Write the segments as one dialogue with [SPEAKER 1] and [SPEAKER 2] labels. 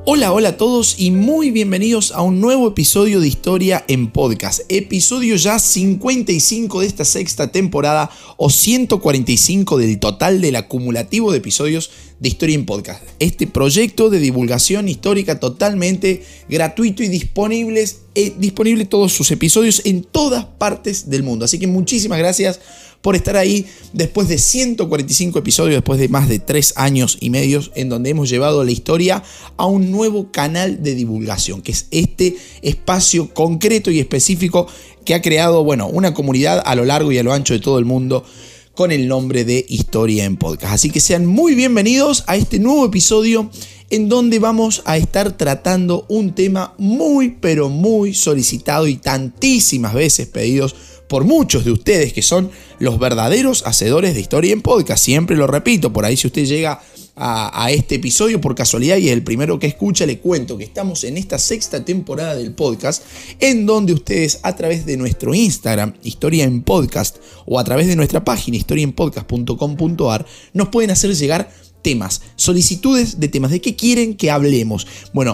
[SPEAKER 1] Hola, hola a todos y muy bienvenidos a un nuevo episodio de Historia en Podcast. Episodio ya 55 de esta sexta temporada o 145 del total del acumulativo de episodios de Historia en Podcast. Este proyecto de divulgación histórica totalmente gratuito y disponible todos sus episodios en todas partes del mundo. Así que muchísimas gracias por estar ahí después de 145 episodios, después de más de 3 años y medio, en donde hemos llevado la historia a un nuevo canal de divulgación, que es este espacio concreto y específico que ha creado, una comunidad a lo largo y a lo ancho de todo el mundo con el nombre de Historia en Podcast. Así que sean muy bienvenidos a este nuevo episodio en donde vamos a estar tratando un tema muy, pero muy solicitado y tantísimas veces pedidos por muchos de ustedes que son los verdaderos hacedores de Historia en Podcast. Siempre lo repito, por ahí si usted llega a este episodio por casualidad y es el primero que escucha, le cuento que estamos en esta sexta temporada del podcast, en donde ustedes a través de nuestro Instagram, Historia en Podcast, o a través de nuestra página historiaenpodcast.com.ar, nos pueden hacer llegar temas, solicitudes de temas, de qué quieren que hablemos.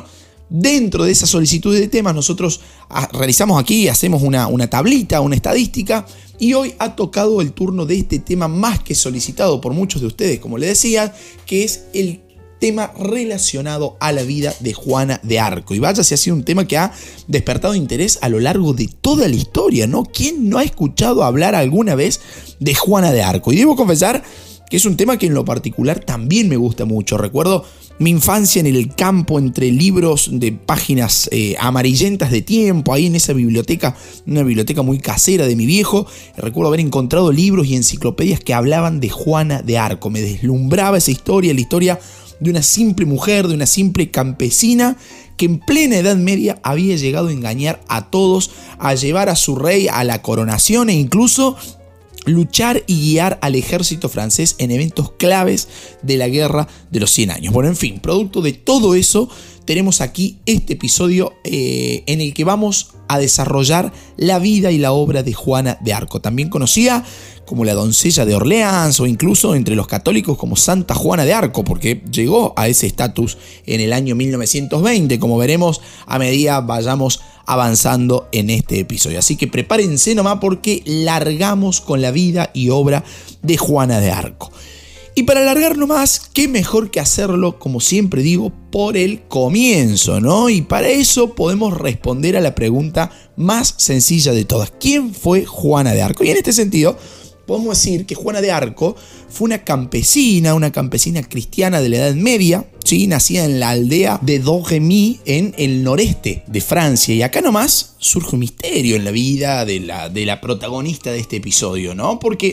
[SPEAKER 1] Dentro de esas solicitudes de temas nosotros realizamos aquí, hacemos una tablita, una estadística, y hoy ha tocado el turno de este tema más que solicitado por muchos de ustedes, como les decía, que es el tema relacionado a la vida de Juana de Arco. Y vaya si ha sido un tema que ha despertado interés a lo largo de toda la historia, ¿no? ¿Quién no ha escuchado hablar alguna vez de Juana de Arco? Y debo confesar que es un tema que en lo particular también me gusta mucho. Recuerdo mi infancia en el campo, entre libros de páginas amarillentas de tiempo, ahí en esa biblioteca, una biblioteca muy casera de mi viejo. Recuerdo haber encontrado libros y enciclopedias que hablaban de Juana de Arco. Me deslumbraba esa historia, la historia de una simple mujer, de una simple campesina que en plena Edad Media había llegado a engañar a todos, a llevar a su rey a la coronación e incluso luchar y guiar al ejército francés en eventos claves de la Guerra de los 100 años. En fin, producto de todo eso, tenemos aquí este episodio en el que vamos a desarrollar la vida y la obra de Juana de Arco, también conocida como la doncella de Orleans o incluso entre los católicos como Santa Juana de Arco, porque llegó a ese estatus en el año 1920, como veremos a medida vayamos avanzando en este episodio. Así que prepárense nomás porque largamos con la vida y obra de Juana de Arco. Y para alargar nomás, qué mejor que hacerlo, como siempre digo, por el comienzo, ¿no? Y para eso podemos responder a la pregunta más sencilla de todas. ¿Quién fue Juana de Arco? Y en este sentido, podemos decir que Juana de Arco fue una campesina cristiana de la Edad Media, ¿sí? Nacida en la aldea de Domremy en el noreste de Francia. Y acá nomás surge un misterio en la vida de la protagonista de este episodio, ¿no? Porque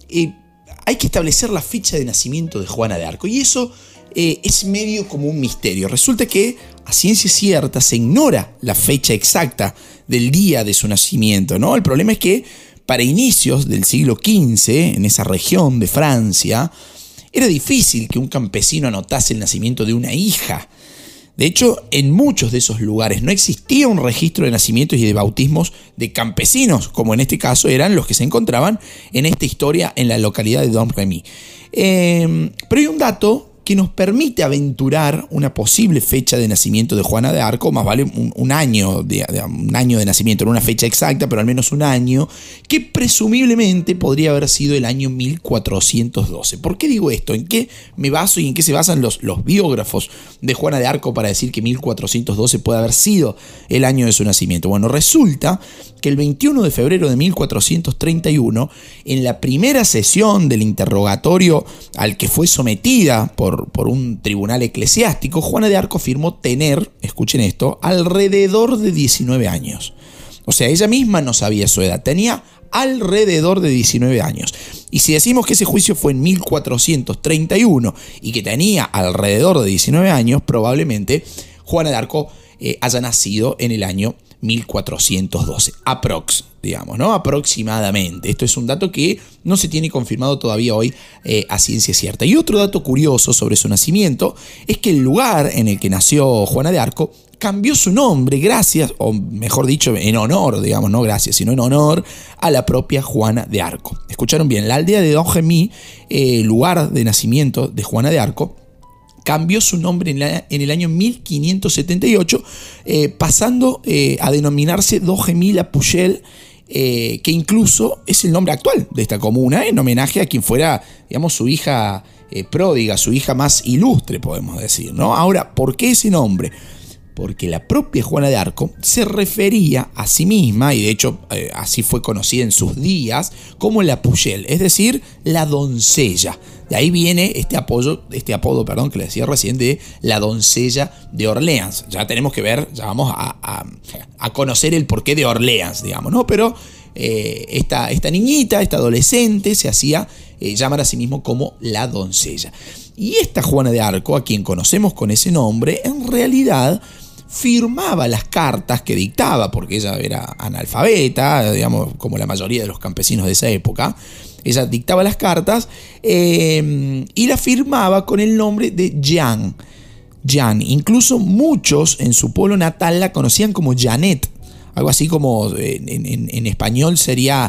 [SPEAKER 1] hay que establecer la fecha de nacimiento de Juana de Arco y eso es medio como un misterio. Resulta que a ciencia cierta se ignora la fecha exacta del día de su nacimiento, ¿no? El problema es que para inicios del siglo XV, en esa región de Francia, era difícil que un campesino anotase el nacimiento de una hija. De hecho, en muchos de esos lugares no existía un registro de nacimientos y de bautismos de campesinos, como en este caso eran los que se encontraban en esta historia en la localidad de Domremy. Pero hay un dato que nos permite aventurar una posible fecha de nacimiento de Juana de Arco, más vale un año de nacimiento, no una fecha exacta, pero al menos un año, que presumiblemente podría haber sido el año 1412. ¿Por qué digo esto? ¿En qué me baso y en qué se basan los biógrafos de Juana de Arco para decir que 1412 puede haber sido el año de su nacimiento? Bueno, resulta que el 21 de febrero de 1431, en la primera sesión del interrogatorio al que fue sometida por un tribunal eclesiástico, Juana de Arco afirmó tener, escuchen esto, alrededor de 19 años. O sea, ella misma no sabía su edad, tenía alrededor de 19 años. Y si decimos que ese juicio fue en 1431 y que tenía alrededor de 19 años, probablemente Juana de Arco haya nacido en el año 1412, digamos, ¿no? Aproximadamente. Esto es un dato que no se tiene confirmado todavía hoy a ciencia cierta. Y otro dato curioso sobre su nacimiento es que el lugar en el que nació Juana de Arco cambió su nombre gracias, o mejor dicho, en honor, digamos, no gracias, sino en honor a la propia Juana de Arco. Escucharon bien, la aldea de Domremy, lugar de nacimiento de Juana de Arco, cambió su nombre en el año 1578, pasando a denominarse Doge-Mille-la-Pucelle, que incluso es el nombre actual de esta comuna, en homenaje a quien fuera, digamos, su hija pródiga, su hija más ilustre, podemos decir, ¿no? Ahora, ¿por qué ese nombre? Porque la propia Juana de Arco se refería a sí misma, y de hecho así fue conocida en sus días, como la Pucelle, es decir, la doncella. De ahí viene este apodo, que le decía recién, de la doncella de Orleans. Ya tenemos que ver, ya vamos a conocer el porqué de Orleans, digamos, ¿no? Pero esta niñita, esta adolescente, se hacía llamar a sí mismo como la doncella. Y esta Juana de Arco, a quien conocemos con ese nombre, en realidad firmaba las cartas que dictaba, porque ella era analfabeta, digamos, como la mayoría de los campesinos de esa época. Ella dictaba las cartas y las firmaba con el nombre de Jeanne. Jeanne. Incluso muchos en su pueblo natal la conocían como Janet. Algo así como en español sería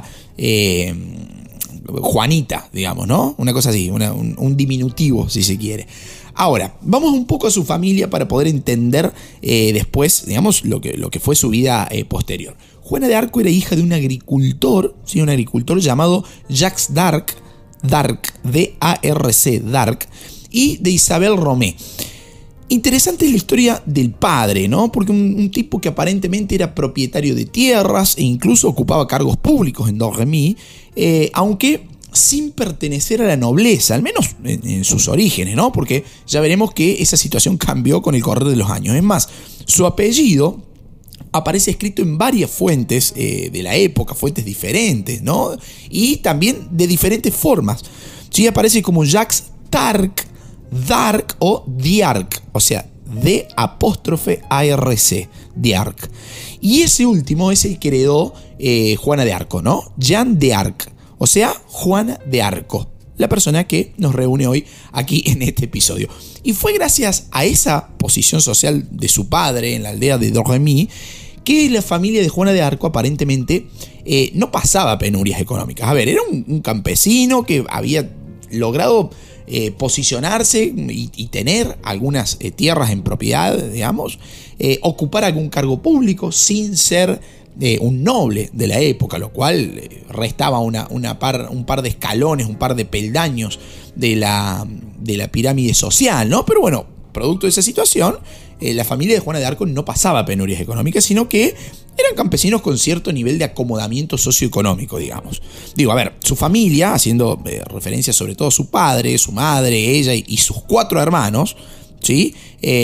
[SPEAKER 1] Juanita, digamos, ¿no? Una cosa así, un diminutivo, si se quiere. Ahora, vamos un poco a su familia para poder entender después, digamos, lo que fue su vida posterior. Juana de Arco era hija de un agricultor, ¿sí? Un agricultor llamado Jacques d'Arc, D-A-R-C, d'Arc, y de Isabel Romé. Interesante es la historia del padre, ¿no? Porque un tipo que aparentemente era propietario de tierras e incluso ocupaba cargos públicos en Domremy, aunque sin pertenecer a la nobleza, al menos en sus orígenes, ¿no? Porque ya veremos que esa situación cambió con el correr de los años. Es más, su apellido aparece escrito en varias fuentes de la época, fuentes diferentes, ¿no? Y también de diferentes formas. Sí, aparece como Jacques d'Arc o d'Arc, o sea, D''ARC, d'Arc. Y ese último es el que heredó Juana de Arco, ¿no? Jeanne d'Arc, o sea, Juana de Arco, la persona que nos reúne hoy aquí en este episodio. Y fue gracias a esa posición social de su padre en la aldea de Domremy que la familia de Juana de Arco aparentemente no pasaba penurias económicas. A ver, era un campesino que había logrado posicionarse y tener algunas tierras en propiedad, digamos, ocupar algún cargo público sin ser un noble de la época, lo cual restaba un par de escalones, un par de peldaños de la pirámide social, ¿no? Pero bueno, producto de esa situación, la familia de Juana de Arco no pasaba penurias económicas, sino que eran campesinos con cierto nivel de acomodamiento socioeconómico, digamos. Digo, a ver, su familia, haciendo referencia sobre todo a su padre, su madre, ella y sus 4 hermanos, ¿sí?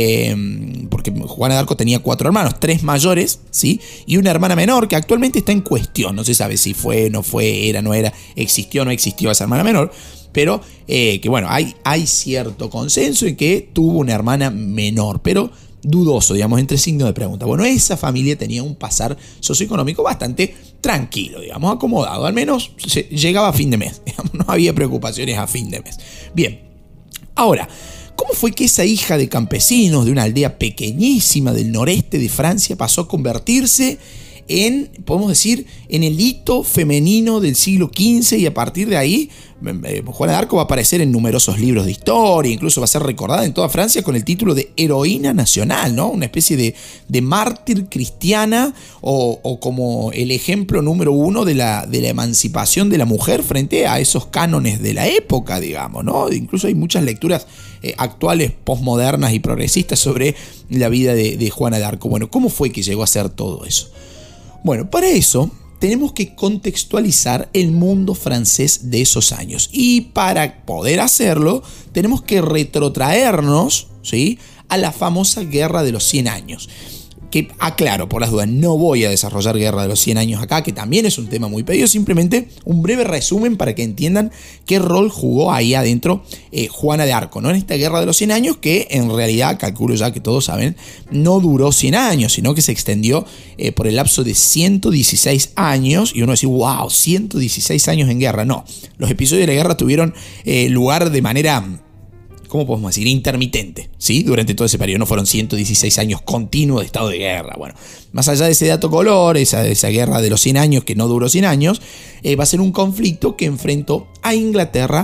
[SPEAKER 1] Porque Juana de Arco tenía 4 hermanos, 3 mayores, ¿sí? Y una hermana menor que actualmente está en cuestión. No se sabe si fue, no fue, era, no era, existió o no existió esa hermana menor. Pero que bueno, hay cierto consenso en que tuvo una hermana menor, pero dudoso, digamos, entre signos de pregunta. Bueno, esa familia tenía un pasar socioeconómico bastante tranquilo, digamos, acomodado. Al menos llegaba a fin de mes, digamos, no había preocupaciones a fin de mes. Bien, ahora, ¿cómo fue que esa hija de campesinos de una aldea pequeñísima del noreste de Francia pasó a convertirse en, podemos decir, en el hito femenino del siglo XV? Y a partir de ahí, Juana de Arco va a aparecer en numerosos libros de historia, incluso va a ser recordada en toda Francia con el título de heroína nacional, ¿no? Una especie de mártir cristiana o como el ejemplo número 1 de la emancipación de la mujer frente a esos cánones de la época, digamos, ¿no? Incluso hay muchas lecturas actuales, posmodernas y progresistas sobre la vida de Juana de Arco. Bueno, ¿cómo fue que llegó a ser todo eso? Bueno, para eso tenemos que contextualizar el mundo francés de esos años. Y para poder hacerlo, tenemos que retrotraernos, ¿sí?, a la famosa Guerra de los 100 años. Que, aclaro, por las dudas, no voy a desarrollar Guerra de los 100 años acá, que también es un tema muy pedido, simplemente un breve resumen para que entiendan qué rol jugó ahí adentro Juana de Arco, ¿no? En esta Guerra de los 100 años, que en realidad, calculo ya que todos saben, no duró 100 años, sino que se extendió por el lapso de 116 años, y uno dice, wow, 116 años en guerra. No, los episodios de la guerra tuvieron lugar de manera, ¿cómo podemos decir?, intermitente, ¿sí? Durante todo ese periodo, no fueron 116 años continuos de estado de guerra. Bueno, más allá de ese dato color, esa guerra de los 100 años, que no duró 100 años, va a ser un conflicto que enfrentó a Inglaterra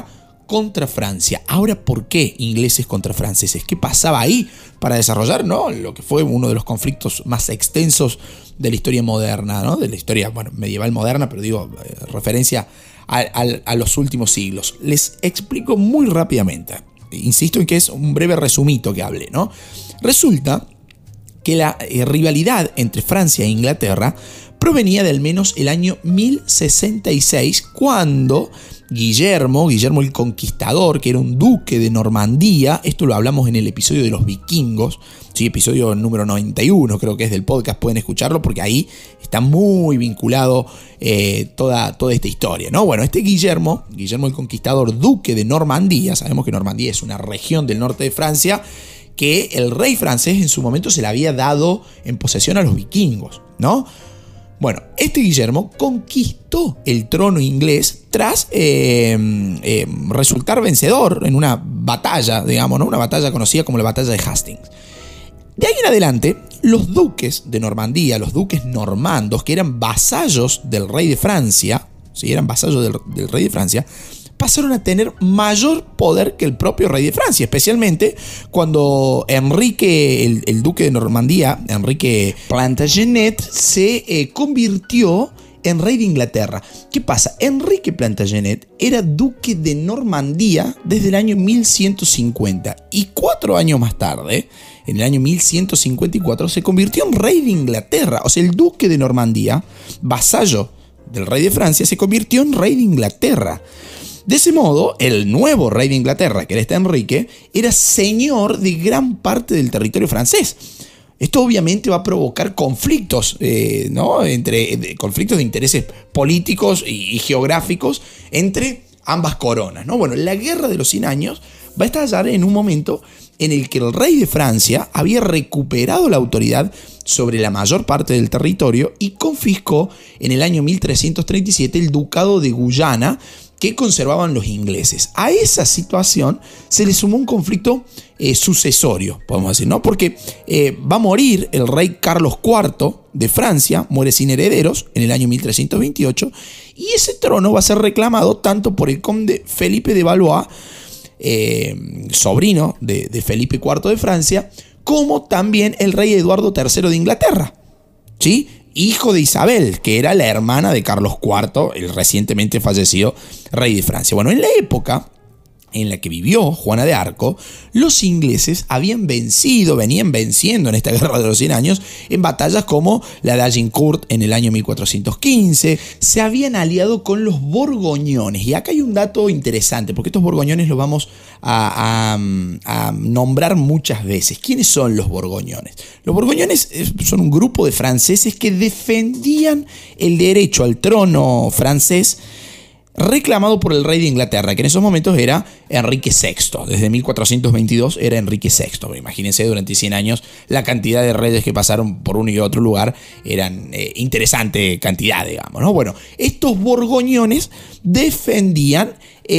[SPEAKER 1] contra Francia. Ahora, ¿por qué ingleses contra franceses? ¿Qué pasaba ahí para desarrollar, ¿no?, lo que fue uno de los conflictos más extensos de la historia moderna, ¿no?, de la historia, bueno, medieval moderna, pero digo, referencia a los últimos siglos? Les explico muy rápidamente. Insisto en que es un breve resumito que hablé, ¿no? Resulta que la rivalidad entre Francia e Inglaterra provenía de al menos el año 1066, cuando Guillermo el Conquistador, que era un duque de Normandía, esto lo hablamos en el episodio de los vikingos, sí, episodio número 91 creo que es del podcast, pueden escucharlo porque ahí está muy vinculado toda esta historia, ¿no? Bueno, este Guillermo el Conquistador, duque de Normandía, sabemos que Normandía es una región del norte de Francia, que el rey francés en su momento se le había dado en posesión a los vikingos, ¿no? Bueno, este Guillermo conquistó el trono inglés tras resultar vencedor en una batalla, digamos, ¿no?, una batalla conocida como la batalla de Hastings. De ahí en adelante, los duques de Normandía, los duques normandos, que eran vasallos del rey de Francia, ¿sí?, eran vasallos del rey de Francia, pasaron a tener mayor poder que el propio rey de Francia, especialmente cuando Enrique, el duque de Normandía, Enrique Plantagenet, se convirtió en rey de Inglaterra. ¿Qué pasa? Enrique Plantagenet era duque de Normandía desde el año 1150 y 4 años más tarde, en el año 1154, se convirtió en rey de Inglaterra. O sea, el duque de Normandía, vasallo del rey de Francia, se convirtió en rey de Inglaterra. De ese modo, el nuevo rey de Inglaterra, que era este Enrique, era señor de gran parte del territorio francés. Esto obviamente va a provocar conflictos, ¿no?, conflictos de intereses políticos y geográficos entre ambas coronas, ¿no? Bueno, la Guerra de los 100 años va a estallar en un momento en el que el rey de Francia había recuperado la autoridad sobre la mayor parte del territorio y confiscó en el año 1337 el ducado de Guyana, que conservaban los ingleses. A esa situación se le sumó un conflicto sucesorio, podemos decir, ¿no? Porque va a morir el rey Carlos IV de Francia, muere sin herederos en el año 1328, y ese trono va a ser reclamado tanto por el conde Felipe de Valois, sobrino de Felipe IV de Francia, como también el rey Eduardo III de Inglaterra, ¿sí?, hijo de Isabel, que era la hermana de Carlos IV, el recientemente fallecido rey de Francia. Bueno, en la época en la que vivió Juana de Arco, los ingleses venían venciendo en esta Guerra de los 100 años en batallas como la de Agincourt en el año 1415, se habían aliado con los borgoñones. Y acá hay un dato interesante, porque estos borgoñones los vamos a nombrar muchas veces. ¿Quiénes son los borgoñones? Los borgoñones son un grupo de franceses que defendían el derecho al trono francés reclamado por el rey de Inglaterra, que en esos momentos era Enrique VI. Desde 1422 era Enrique VI. Imagínense, durante 100 años la cantidad de reyes que pasaron por uno y otro lugar eran interesante cantidad, digamos, ¿no? Bueno, estos borgoñones defendían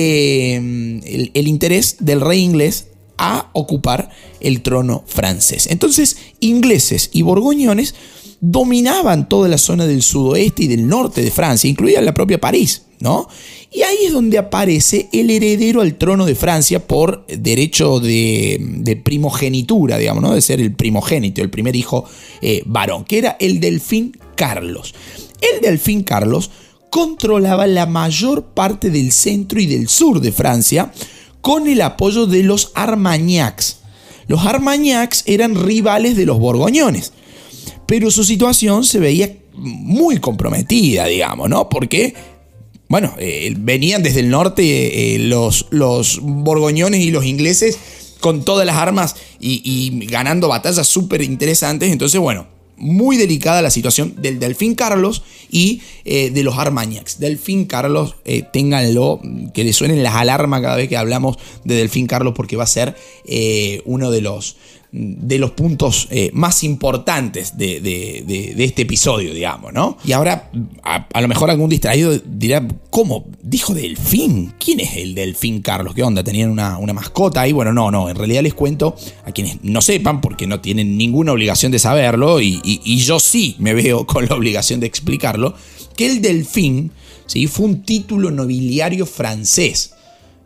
[SPEAKER 1] el interés del rey inglés a ocupar el trono francés. Entonces, ingleses y borgoñones dominaban toda la zona del sudoeste y del norte de Francia, incluida la propia París, ¿no? Y ahí es donde aparece el heredero al trono de Francia por derecho de primogenitura, digamos, ¿no?, de ser el primogénito, el primer hijo varón, que era el delfín Carlos. El delfín Carlos controlaba la mayor parte del centro y del sur de Francia con el apoyo de los Armagnacs. Los Armagnacs eran rivales de los borgoñones, pero su situación se veía muy comprometida, digamos, ¿no? Porque, bueno, venían desde el norte los borgoñones y los ingleses con todas las armas y ganando batallas súper interesantes. Entonces, bueno, muy delicada la situación del delfín Carlos y de los Armagnacs. Delfín Carlos, ténganlo, que le suenen las alarmas cada vez que hablamos de delfín Carlos, porque va a ser uno de los puntos más importantes de este episodio, digamos, ¿no? Y ahora, a lo mejor algún distraído dirá, ¿cómo? ¿Dijo delfín? ¿Quién es el delfín Carlos? ¿Qué onda? ¿Tenían una mascota ahí? Bueno, no, en realidad les cuento a quienes no sepan, porque no tienen ninguna obligación de saberlo, y yo sí me veo con la obligación de explicarlo, que el delfín, ¿sí?, fue un título nobiliario francés.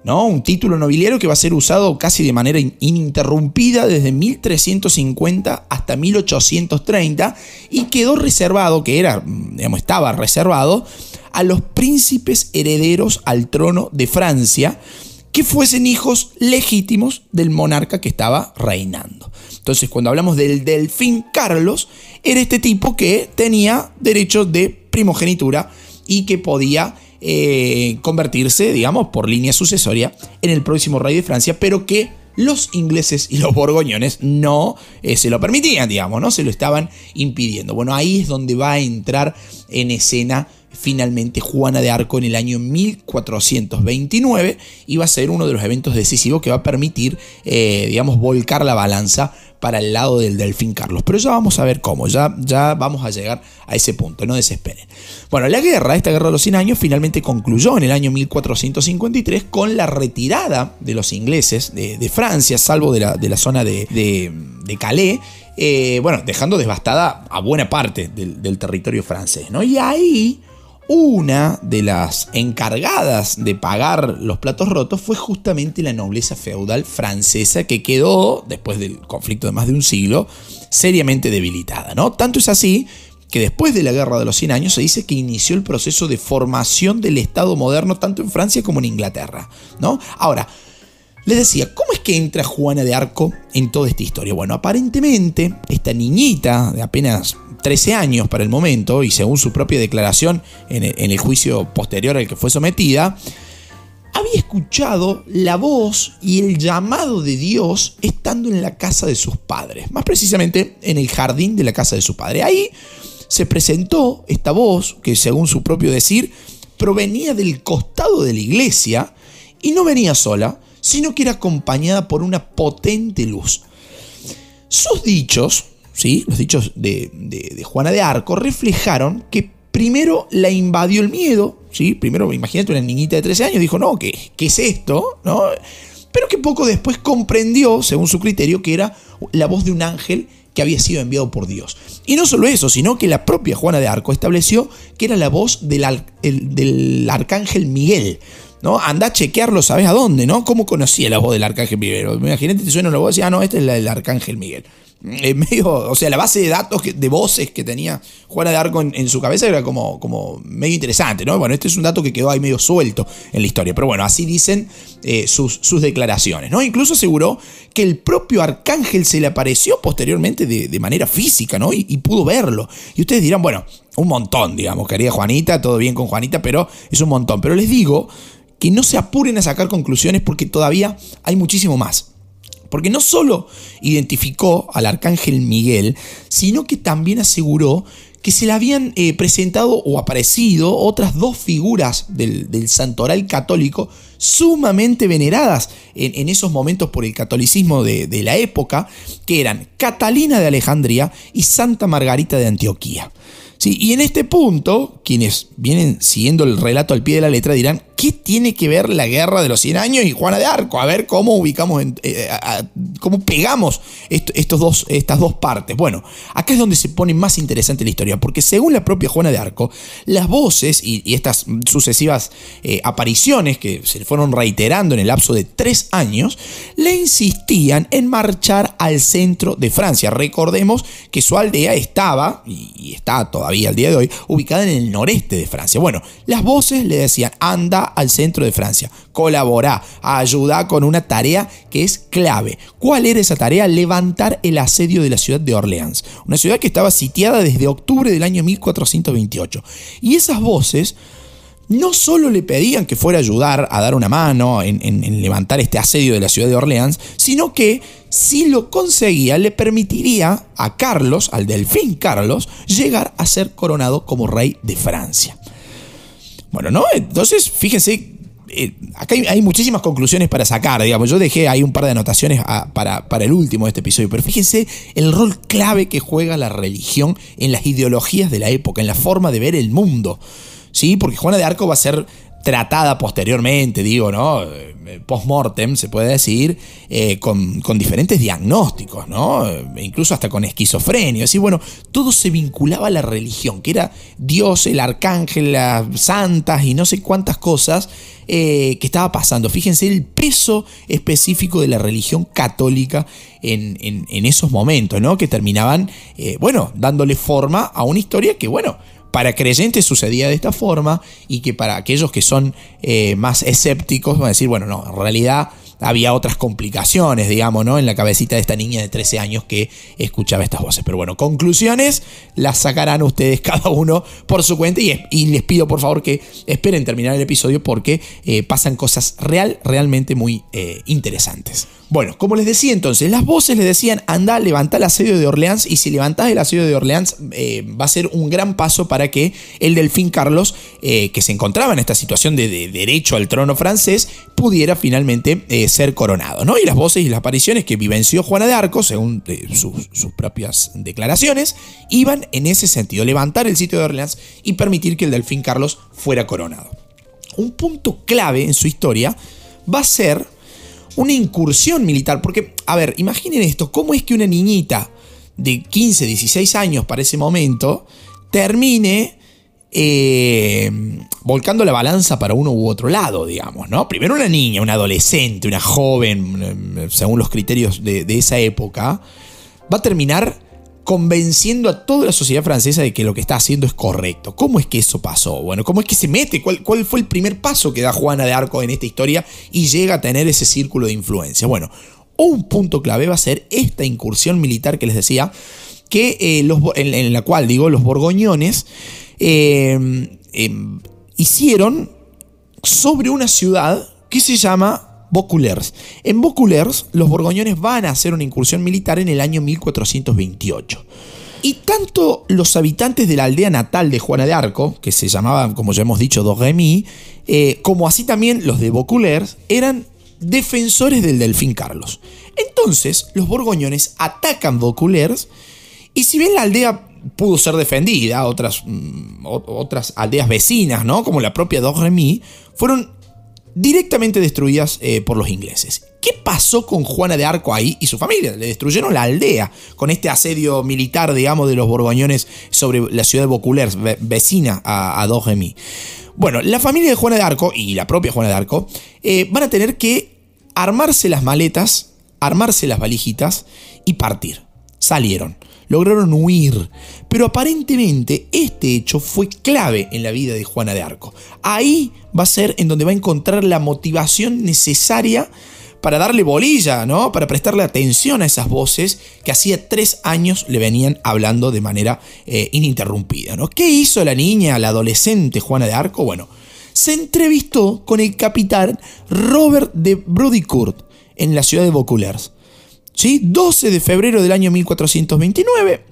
[SPEAKER 1] ¿no? Un título nobiliario que va a ser usado casi de manera ininterrumpida desde 1350 hasta 1830 y quedó reservado, estaba reservado a los príncipes herederos al trono de Francia que fuesen hijos legítimos del monarca que estaba reinando. Entonces, cuando hablamos del delfín Carlos, era este tipo que tenía derechos de primogenitura y que podía convertirse, digamos, por línea sucesoria en el próximo rey de Francia, pero que los ingleses y los borgoñones no se lo permitían, digamos, no se lo estaban impidiendo. Bueno, ahí es donde va a entrar en escena finalmente Juana de Arco en el año 1429 y va a ser uno de los eventos decisivos que va a permitir, volcar la balanza para el lado del delfín Carlos. Pero ya vamos a ver cómo, ya vamos a llegar a ese punto, no desesperen. Bueno, esta guerra de los 100 años finalmente concluyó en el año 1453 con la retirada de los ingleses de Francia, salvo de la zona de Calais, dejando devastada a buena parte del territorio francés, ¿no? Y ahí una de las encargadas de pagar los platos rotos fue justamente la nobleza feudal francesa, que quedó, después del conflicto de más de un siglo, seriamente debilitada, ¿no? Tanto es así que después de la Guerra de los 100 años se dice que inició el proceso de formación del Estado moderno tanto en Francia como en Inglaterra, ¿no? Ahora, les decía, ¿cómo es que entra Juana de Arco en toda esta historia? Bueno, aparentemente esta niñita de apenas 13 años para el momento, y según su propia declaración en el juicio posterior al que fue sometida, había escuchado la voz y el llamado de Dios estando en la casa de sus padres, más precisamente en el jardín de la casa de su padre. Ahí se presentó esta voz que, según su propio decir, provenía del costado de la iglesia y no venía sola, sino que era acompañada por una potente luz. Sus dichos, ¿sí?, los dichos de Juana de Arco, reflejaron que primero la invadió el miedo, ¿sí? Primero, imagínate, una niñita de 13 años dijo, no, ¿qué es esto?, ¿no? Pero que poco después comprendió, según su criterio, que era la voz de un ángel que había sido enviado por Dios. Y no solo eso, sino que la propia Juana de Arco estableció que era la voz del arcángel Miguel, ¿no? Anda a chequearlo, ¿sabes a dónde, no? ¿Cómo conocía la voz del arcángel Miguel? Imagínate, te suena una voz y no, esta es la del arcángel Miguel. La base de datos de voces que tenía Juana de Arco en su cabeza era como medio interesante, ¿no? Bueno, este es un dato que quedó ahí medio suelto en la historia, pero bueno, así dicen sus declaraciones, ¿no? Incluso aseguró que el propio arcángel se le apareció posteriormente de manera física, ¿no? Y pudo verlo. Y ustedes dirán, bueno, un montón, digamos, querida Juanita, todo bien con Juanita, pero es un montón. Pero les digo que no se apuren a sacar conclusiones porque todavía hay muchísimo más. Porque no solo identificó al arcángel Miguel, sino que también aseguró que se le habían presentado o aparecido otras dos figuras del santoral católico sumamente veneradas en esos momentos por el catolicismo de la época, que eran Catalina de Alejandría y Santa Margarita de Antioquía. Sí, y en este punto, quienes vienen siguiendo el relato al pie de la letra dirán, ¿qué tiene que ver la Guerra de los 100 años y Juana de Arco? A ver cómo ubicamos, cómo pegamos estas dos partes. Bueno, acá es donde se pone más interesante la historia, porque según la propia Juana de Arco, las voces y estas sucesivas apariciones que se fueron reiterando en el lapso de 3 años, le insistían en marchar al centro de Francia. Recordemos que su aldea estaba, y está todavía al día de hoy, ubicada en el noreste de Francia. Bueno, las voces le decían, anda al centro de Francia, colabora, ayuda con una tarea que es clave. ¿Cuál era esa tarea? Levantar el asedio de la ciudad de Orleans, una ciudad que estaba sitiada desde octubre del año 1428. Y esas voces no solo le pedían que fuera a ayudar a dar una mano en levantar este asedio de la ciudad de Orleans, sino que si lo conseguía le permitiría a Carlos, al delfín Carlos, llegar a ser coronado como rey de Francia. Bueno, ¿no? Entonces, fíjense, acá hay muchísimas conclusiones para sacar, digamos. Yo dejé ahí un par de anotaciones para el último de este episodio, pero fíjense el rol clave que juega la religión en las ideologías de la época, en la forma de ver el mundo, ¿sí? Porque Juana de Arco va a ser tratada posteriormente, digo, ¿no? post-mortem, se puede decir, con diferentes diagnósticos, ¿no? Incluso hasta con esquizofrenia. Así, bueno, todo se vinculaba a la religión, que era Dios, el arcángel, las santas y no sé cuántas cosas que estaba pasando. Fíjense el peso específico de la religión católica en esos momentos, ¿no? Que terminaban, dándole forma a una historia que, para creyentes sucedía de esta forma y que para aquellos que son más escépticos van a decir, no, en realidad había otras complicaciones, digamos, ¿no? En la cabecita de esta niña de 13 años que escuchaba estas voces. Pero bueno, conclusiones las sacarán ustedes cada uno por su cuenta y les pido por favor que esperen terminar el episodio porque pasan cosas realmente muy interesantes. Bueno, como les decía entonces, las voces les decían, anda, levantá el asedio de Orleans y si levantás el asedio de Orleans va a ser un gran paso para que el delfín Carlos, que se encontraba en esta situación de derecho al trono francés, pudiera finalmente ser coronado, ¿no? Y las voces y las apariciones que vivenció Juana de Arco, según sus propias declaraciones, iban en ese sentido, levantar el sitio de Orleans y permitir que el delfín Carlos fuera coronado. Un punto clave en su historia va a ser una incursión militar, porque, imaginen esto, ¿cómo es que una niñita de 15, 16 años para ese momento termine volcando la balanza para uno u otro lado, digamos, ¿no? Primero una niña, una adolescente, una joven, según los criterios de esa época, va a terminar convenciendo a toda la sociedad francesa de que lo que está haciendo es correcto. ¿Cómo es que eso pasó? Bueno, ¿cómo es que se mete? ¿Cuál fue el primer paso que da Juana de Arco en esta historia y llega a tener ese círculo de influencia? Bueno, un punto clave va a ser esta incursión militar que les decía, que en la cual, los borgoñones hicieron sobre una ciudad que se llama Vaucouleurs. En Vaucouleurs, los borgoñones van a hacer una incursión militar en el año 1428. Y tanto los habitantes de la aldea natal de Juana de Arco, que se llamaban, como ya hemos dicho, Domremy, como así también los de Vaucouleurs, eran defensores del delfín Carlos. Entonces, los borgoñones atacan Vaucouleurs y si bien la aldea pudo ser defendida, otras aldeas vecinas, ¿no? Como la propia Domremy, fueron directamente destruidas por los ingleses. ¿Qué pasó con Juana de Arco ahí y su familia? Le destruyeron la aldea con este asedio militar, digamos, de los borgoñones sobre la ciudad de Vaucouleurs, vecina a Domremy. Bueno, la familia de Juana de Arco y la propia Juana de Arco van a tener que armarse las maletas, armarse las valijitas y partir. Salieron. Lograron huir, pero aparentemente este hecho fue clave en la vida de Juana de Arco. Ahí va a ser en donde va a encontrar la motivación necesaria para darle bolilla, ¿no? Para prestarle atención a esas voces que hacía 3 años le venían hablando de manera ininterrumpida, ¿no? ¿Qué hizo la niña, la adolescente Juana de Arco? Bueno, se entrevistó con el capitán Robert de Brodicourt en la ciudad de Vaucouleurs. ¿Sí? 12 de febrero del año 1429,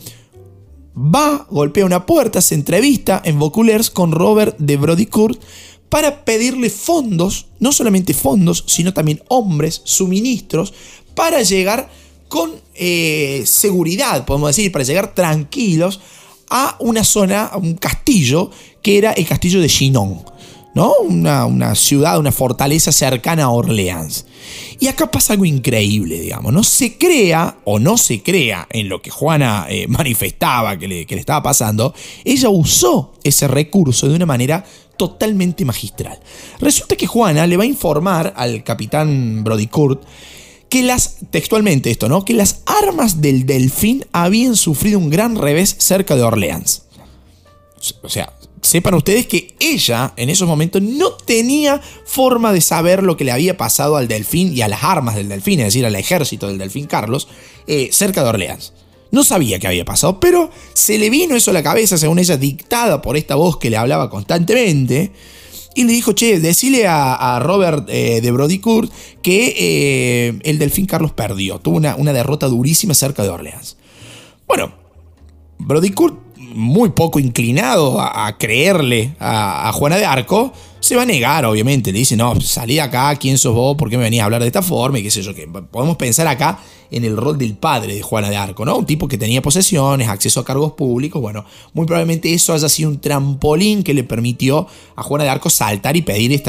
[SPEAKER 1] golpea una puerta, se entrevista en Vaucouleurs con Robert de Brodicourt para pedirle fondos, no solamente fondos, sino también hombres, suministros, para llegar con seguridad, podemos decir, para llegar tranquilos a una zona, a un castillo, que era el castillo de Chinon, ¿no? Una ciudad, una fortaleza cercana a Orleans. Y acá pasa algo increíble, digamos. No se crea o no se crea en lo que Juana manifestaba que le estaba pasando. Ella usó ese recurso de una manera totalmente magistral. Resulta que Juana le va a informar al capitán Brodicourt que textualmente esto, ¿no? Que las armas del delfín habían sufrido un gran revés cerca de Orleans. O sea, sepan ustedes que ella en esos momentos no tenía forma de saber lo que le había pasado al delfín y a las armas del delfín, es decir, al ejército del delfín Carlos, cerca de Orleans. No sabía qué había pasado, pero se le vino eso a la cabeza, según ella, dictada por esta voz que le hablaba constantemente, y le dijo, decile a Robert de Brodicourt que el delfín Carlos perdió, tuvo una derrota durísima cerca de Orleans. Bueno, Brodicourt, muy poco inclinado a creerle a Juana de Arco, se va a negar, obviamente. Le dice, no, salí de acá, ¿quién sos vos? ¿Por qué me venís a hablar de esta forma? Y qué sé yo qué. Podemos pensar acá en el rol del padre de Juana de Arco, ¿no? Un tipo que tenía posesiones, acceso a cargos públicos. Bueno, muy probablemente eso haya sido un trampolín que le permitió a Juana de Arco saltar y pedir esta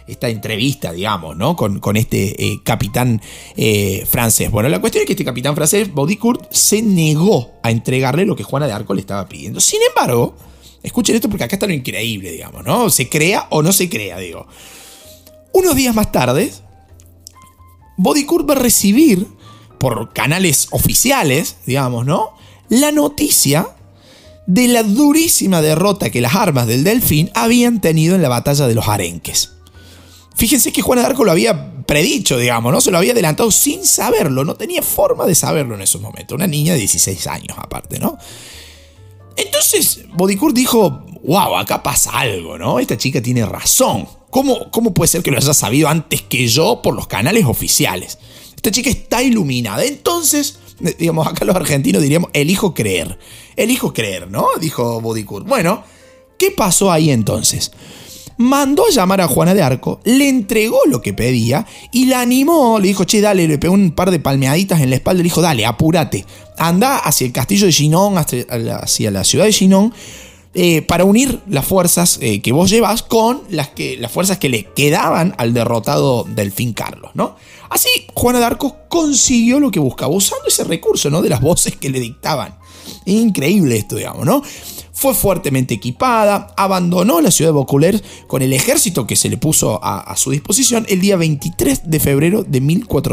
[SPEAKER 1] esta entrevista, digamos, ¿no? Con este capitán francés. Bueno, la cuestión es que este capitán francés, Baudricourt, se negó a entregarle lo que Juana de Arco le estaba pidiendo. Sin embargo, escuchen esto porque acá está lo increíble, digamos, ¿no? Se crea o no se crea, digo. Unos días más tarde, Baudricourt va a recibir por canales oficiales, digamos, ¿no?, la noticia de la durísima derrota que las armas del Delfín habían tenido en la batalla de los Arenques. Fíjense que Juana de Arco lo había predicho, digamos, ¿no? Se lo había adelantado sin saberlo, no tenía forma de saberlo en esos momentos. Una niña de 16 años aparte, ¿no? Entonces Baudricourt dijo, wow, acá pasa algo, ¿no? Esta chica tiene razón. ¿Cómo puede ser que lo haya sabido antes que yo por los canales oficiales? Esta chica está iluminada. Entonces, digamos, acá los argentinos diríamos, elijo creer, ¿no? Dijo Baudricourt. Bueno, ¿qué pasó ahí entonces? Mandó a llamar a Juana de Arco, le entregó lo que pedía y la animó, le dijo, che, dale, le pegó un par de palmeaditas en la espalda, le dijo, dale, apúrate, anda hacia el castillo de Chinon, hacia la ciudad de Chinon, para unir las fuerzas que vos llevas con las fuerzas que le quedaban al derrotado Delfín Carlos, ¿no? Así, Juana de Arco consiguió lo que buscaba, usando ese recurso, ¿no?, de las voces que le dictaban. Increíble esto, digamos, ¿no? Fue fuertemente equipada, abandonó la ciudad de Vaucouleurs con el ejército que se le puso a su disposición el día 23 de febrero de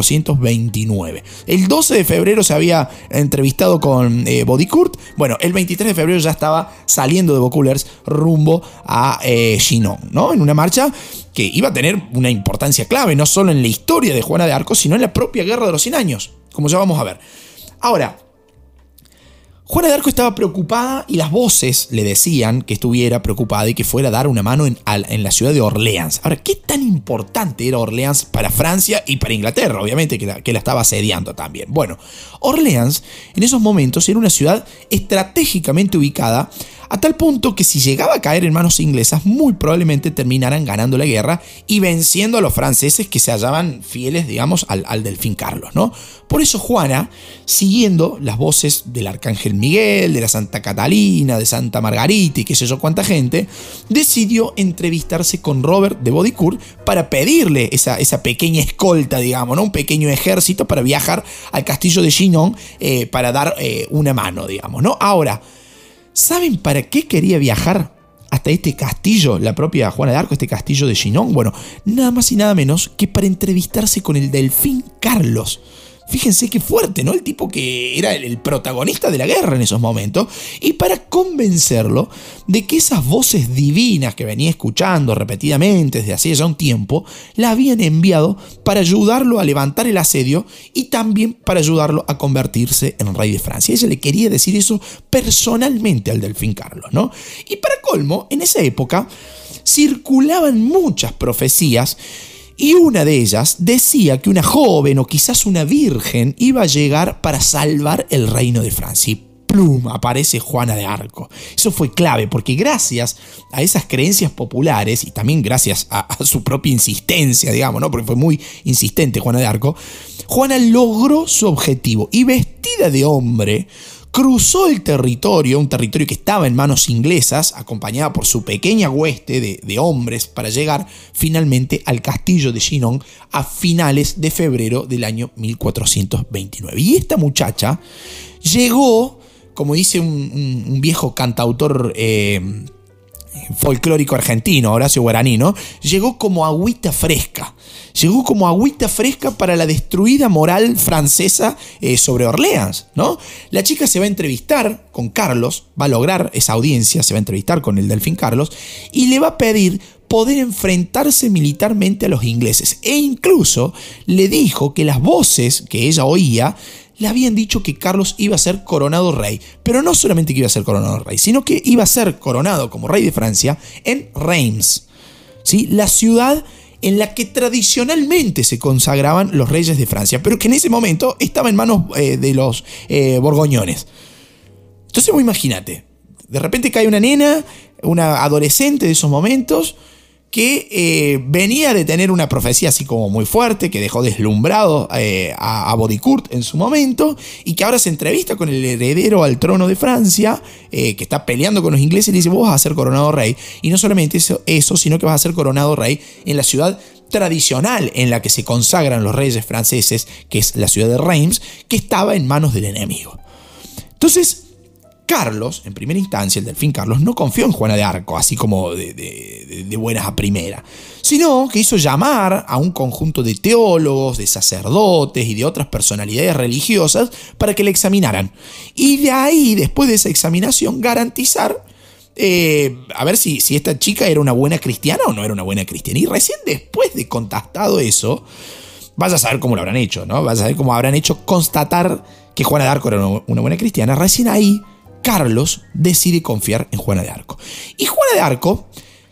[SPEAKER 1] 1429. El 12 de febrero se había entrevistado con Baudricourt. Bueno, el 23 de febrero ya estaba saliendo de Vaucouleurs rumbo a Chinon, ¿no? En una marcha que iba a tener una importancia clave, no solo en la historia de Juana de Arco, sino en la propia Guerra de los 100 Años, como ya vamos a ver. Ahora, Juana de Arco estaba preocupada y las voces le decían que estuviera preocupada y que fuera a dar una mano en la ciudad de Orleans. Ahora, ¿qué tan importante era Orleans para Francia y para Inglaterra? Obviamente que la estaba asediando también. Bueno, Orleans en esos momentos era una ciudad estratégicamente ubicada a tal punto que si llegaba a caer en manos inglesas, muy probablemente terminaran ganando la guerra y venciendo a los franceses que se hallaban fieles, digamos, al Delfín Carlos, ¿no? Por eso Juana, siguiendo las voces del Arcángel Miguel, de la Santa Catalina, de Santa Margarita y qué sé yo cuánta gente, decidió entrevistarse con Robert de Baudricourt para pedirle esa pequeña escolta, digamos, ¿no?, un pequeño ejército para viajar al castillo de Chinon para dar una mano, digamos, ¿no? Ahora, ¿saben para qué quería viajar hasta este castillo, la propia Juana de Arco, este castillo de Chinon? Bueno, nada más y nada menos que para entrevistarse con el Delfín Carlos. Fíjense qué fuerte, ¿no? El tipo que era el protagonista de la guerra en esos momentos. Y para convencerlo de que esas voces divinas que venía escuchando repetidamente desde hacía ya un tiempo, la habían enviado para ayudarlo a levantar el asedio y también para ayudarlo a convertirse en rey de Francia. Ella le quería decir eso personalmente al Delfín Carlos, ¿no? Y para colmo, en esa época circulaban muchas profecías. Y una de ellas decía que una joven o quizás una virgen iba a llegar para salvar el reino de Francia. Y ¡plum!, aparece Juana de Arco. Eso fue clave porque gracias a esas creencias populares y también gracias a su propia insistencia, digamos, ¿no?, porque fue muy insistente Juana de Arco, Juana logró su objetivo y vestida de hombre, cruzó el territorio, un territorio que estaba en manos inglesas, acompañada por su pequeña hueste de hombres, para llegar finalmente al castillo de Chinon a finales de febrero del año 1429. Y esta muchacha llegó, como dice un viejo cantautor folclórico argentino, Horacio Guaraní, ¿no?, llegó como agüita fresca. Llegó como agüita fresca para la destruida moral francesa sobre Orleans, ¿no? La chica se va a entrevistar con Carlos, va a lograr esa audiencia, se va a entrevistar con el Delfín Carlos y le va a pedir poder enfrentarse militarmente a los ingleses. E incluso le dijo que las voces que ella oía le habían dicho que Carlos iba a ser coronado rey. Pero no solamente que iba a ser coronado rey, sino que iba a ser coronado como rey de Francia en Reims, ¿sí?, la ciudad en la que tradicionalmente se consagraban los reyes de Francia, pero que en ese momento estaba en manos de los borgoñones. Entonces vos imagínate, de repente cae una nena, una adolescente de esos momentos, que venía de tener una profecía así como muy fuerte, que dejó deslumbrado a Baudricourt en su momento, y que ahora se entrevista con el heredero al trono de Francia, que está peleando con los ingleses, y le dice: vos vas a ser coronado rey. Y no solamente eso, sino que vas a ser coronado rey en la ciudad tradicional en la que se consagran los reyes franceses, que es la ciudad de Reims, que estaba en manos del enemigo. Entonces, Carlos, en primera instancia, el delfín Carlos, no confió en Juana de Arco, así como de buenas a primera, sino que hizo llamar a un conjunto de teólogos, de sacerdotes y de otras personalidades religiosas para que la examinaran. Y de ahí, después de esa examinación, garantizar a ver si esta chica era una buena cristiana o no era una buena cristiana. Y recién después de contestado eso, vas a saber cómo lo habrán hecho, ¿no? Vas a saber cómo habrán hecho constatar que Juana de Arco era una buena cristiana. Recién ahí, Carlos decide confiar en Juana de Arco. Y Juana de Arco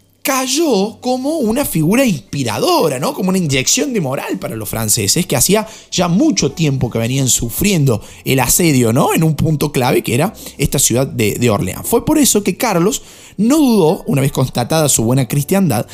[SPEAKER 1] cayó como una figura inspiradora, ¿no? Como una inyección de moral para los franceses, que hacía ya mucho tiempo que venían sufriendo el asedio, ¿no? En un punto clave que era esta ciudad de Orleans. Fue por eso que Carlos no dudó, una vez constatada su buena cristiandad,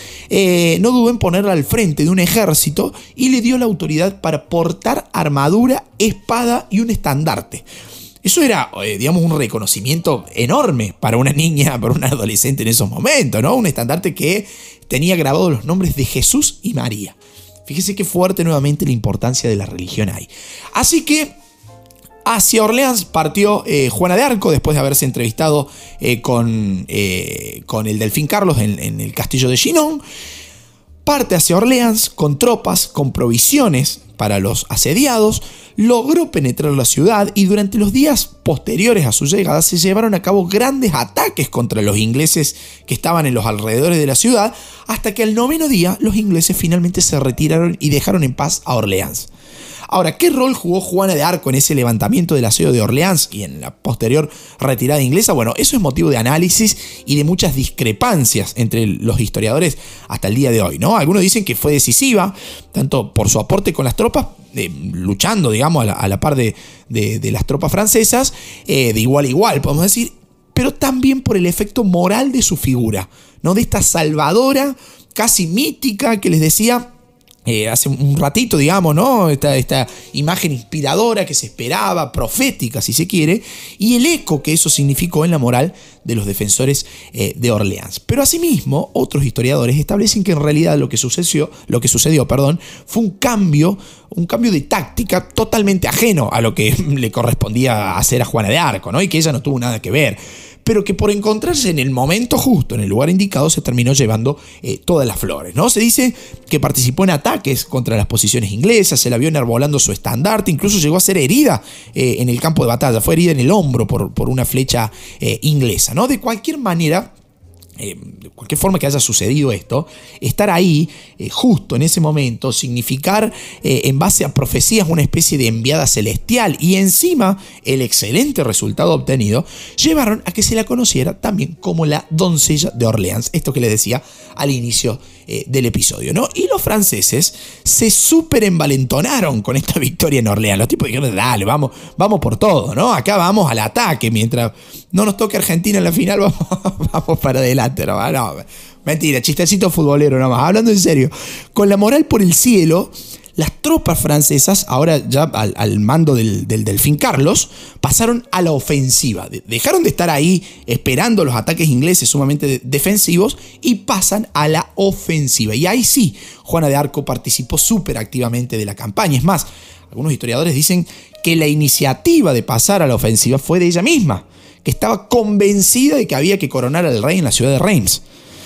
[SPEAKER 1] no dudó en ponerla al frente de un ejército y le dio la autoridad para portar armadura, espada y un estandarte. Eso era, digamos, un reconocimiento enorme para una niña, para una adolescente en esos momentos, ¿no? Un estandarte que tenía grabados los nombres de Jesús y María. Fíjese qué fuerte nuevamente la importancia de la religión ahí. Así que hacia Orleans partió Juana de Arco después de haberse entrevistado con el delfín Carlos en el castillo de Chinon. Parte hacia Orleans con tropas, con provisiones para los asediados, logró penetrar la ciudad y durante los días posteriores a su llegada se llevaron a cabo grandes ataques contra los ingleses que estaban en los alrededores de la ciudad, hasta que al 9º día los ingleses finalmente se retiraron y dejaron en paz a Orleans. Ahora, ¿qué rol jugó Juana de Arco en ese levantamiento del asedio de Orleans y en la posterior retirada inglesa? Bueno, eso es motivo de análisis y de muchas discrepancias entre los historiadores hasta el día de hoy, ¿no? Algunos dicen que fue decisiva, tanto por su aporte con las tropas, luchando, digamos, a la par de las tropas francesas, de igual a igual, podemos decir, pero también por el efecto moral de su figura, ¿no? De esta salvadora casi mítica que les decía hace un ratito, digamos, ¿no? Esta imagen inspiradora que se esperaba, profética si se quiere, y el eco que eso significó en la moral de los defensores de Orleans. Pero asimismo, otros historiadores establecen que en realidad lo que sucedió, fue un cambio de táctica totalmente ajeno a lo que le correspondía hacer a Juana de Arco, ¿no? Y que ella no tuvo nada que ver, pero que por encontrarse en el momento justo, en el lugar indicado, se terminó llevando todas las flores, ¿no? Se dice que participó en ataques contra las posiciones inglesas, se la vio enarbolando su estandarte, incluso llegó a ser herida en el campo de batalla, fue herida en el hombro por una flecha inglesa, ¿no? De cualquier manera, de cualquier forma que haya sucedido esto, estar ahí justo en ese momento, significar en base a profecías una especie de enviada celestial y encima el excelente resultado obtenido, llevaron a que se la conociera también como la doncella de Orleans, esto que les decía al inicio del episodio, ¿no? Y los franceses se súper envalentonaron con esta victoria en Orleans. Los tipos dijeron: dale, vamos por todo, ¿no? Acá vamos al ataque, mientras no nos toque Argentina en la final, vamos para adelante, ¿no? No, mentira, chistecito futbolero nomás, hablando en serio. Con la moral por el cielo, las tropas francesas, ahora ya al mando del delfín Carlos, pasaron a la ofensiva. Dejaron de estar ahí esperando los ataques ingleses sumamente defensivos y pasan a la ofensiva. Y ahí sí, Juana de Arco participó súper activamente de la campaña. Es más, algunos historiadores dicen que la iniciativa de pasar a la ofensiva fue de ella misma, que estaba convencida de que había que coronar al rey en la ciudad de Reims.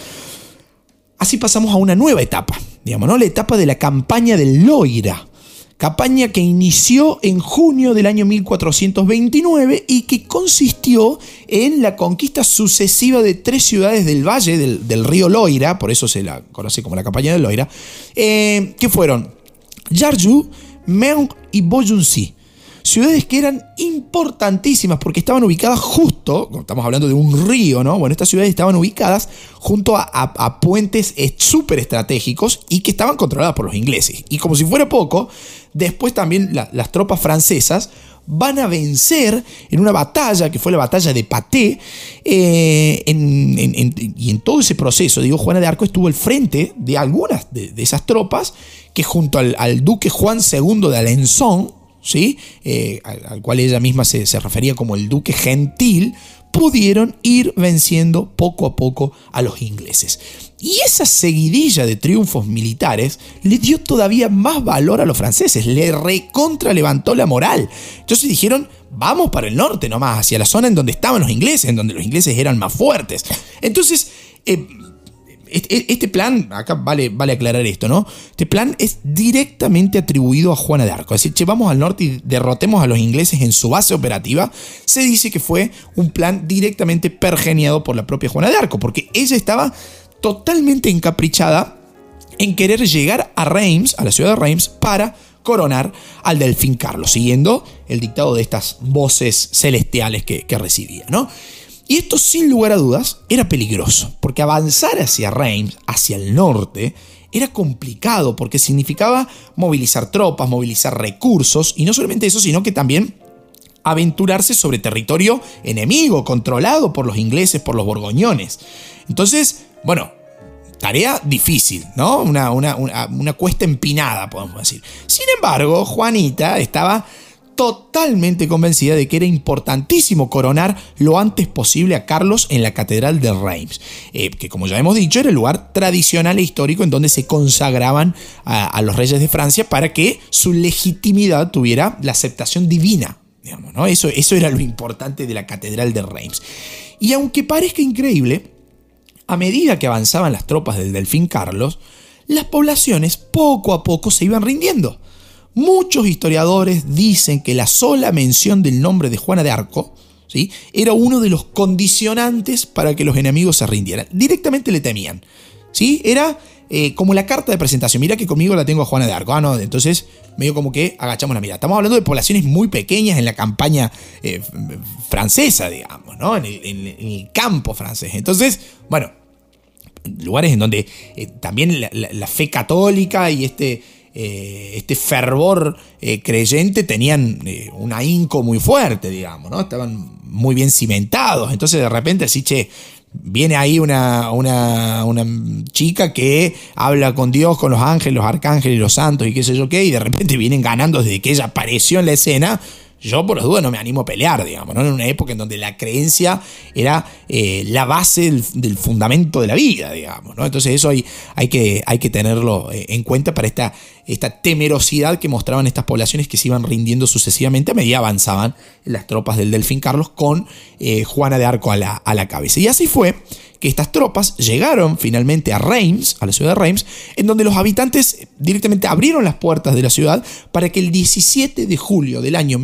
[SPEAKER 1] Así pasamos a una nueva etapa, digamos, ¿no? La etapa de la campaña del Loira, campaña que inició en junio del año 1429 y que consistió en la conquista sucesiva de 3 ciudades del valle del río Loira, por eso se la conoce como la campaña del Loira, que fueron Jargeau, Meung y Beaugency. Ciudades que eran importantísimas porque estaban ubicadas justo, estamos hablando de un río, ¿no? Bueno, estas ciudades estaban ubicadas junto a puentes súper estratégicos y que estaban controladas por los ingleses. Y como si fuera poco, después también las tropas francesas van a vencer en una batalla que fue la batalla de Patay, y en todo ese proceso, digo, Juana de Arco estuvo al frente de algunas de esas tropas que junto al duque Juan II de Alençon, ¿sí? Al cual ella misma se refería como el duque gentil, pudieron ir venciendo poco a poco a los ingleses. Y esa seguidilla de triunfos militares le dio todavía más valor a los franceses, le recontra levantó la moral. Entonces dijeron, vamos para el norte nomás, hacia la zona en donde estaban los ingleses, en donde los ingleses eran más fuertes. Entonces, este plan, acá vale aclarar esto, ¿no? Este plan es directamente atribuido a Juana de Arco. Es decir, vamos al norte y derrotemos a los ingleses en su base operativa. Se dice que fue un plan directamente pergeniado por la propia Juana de Arco, porque ella estaba totalmente encaprichada en querer llegar a Reims, a la ciudad de Reims, para coronar al delfín Carlos, siguiendo el dictado de estas voces celestiales que recibía, ¿no? Y esto, sin lugar a dudas, era peligroso, porque avanzar hacia Reims, hacia el norte, era complicado, porque significaba movilizar tropas, movilizar recursos, y no solamente eso, sino que también aventurarse sobre territorio enemigo, controlado por los ingleses, por los borgoñones. Entonces, bueno, tarea difícil, ¿no? Una cuesta empinada, podemos decir. Sin embargo, Juanita estaba totalmente convencida de que era importantísimo coronar lo antes posible a Carlos en la Catedral de Reims, que, como ya hemos dicho, era el lugar tradicional e histórico en donde se consagraban a los reyes de Francia para que su legitimidad tuviera la aceptación divina, digamos, ¿no? Eso era lo importante de la Catedral de Reims. Y aunque parezca increíble, a medida que avanzaban las tropas del delfín Carlos, las poblaciones poco a poco se iban rindiendo. Muchos historiadores dicen que la sola mención del nombre de Juana de Arco, ¿sí?, era uno de los condicionantes para que los enemigos se rindieran. Directamente le temían, ¿sí? Era como la carta de presentación. Mira que conmigo la tengo a Juana de Arco. No, entonces medio como que agachamos la mirada. Estamos hablando de poblaciones muy pequeñas en la campaña francesa, digamos, ¿no? En el campo francés. Entonces, bueno, lugares en donde también la fe católica y este fervor creyente tenían un ahínco muy fuerte, digamos, ¿no? Estaban muy bien cimentados. Entonces de repente así, viene ahí una chica que habla con Dios, con los ángeles, los arcángeles y los santos y qué sé yo qué, y de repente vienen ganando desde que ella apareció en la escena. Yo por las dudas no me animo a pelear, digamos, ¿no? En una época en donde la creencia era la base del fundamento de la vida, digamos, ¿no? Entonces eso hay que tenerlo en cuenta para esta temerosidad que mostraban estas poblaciones que se iban rindiendo sucesivamente a medida avanzaban las tropas del delfín Carlos con Juana de Arco a la cabeza. Y así fue que estas tropas llegaron finalmente a Reims, a la ciudad de Reims, en donde los habitantes directamente abrieron las puertas de la ciudad para que el 17 de julio del año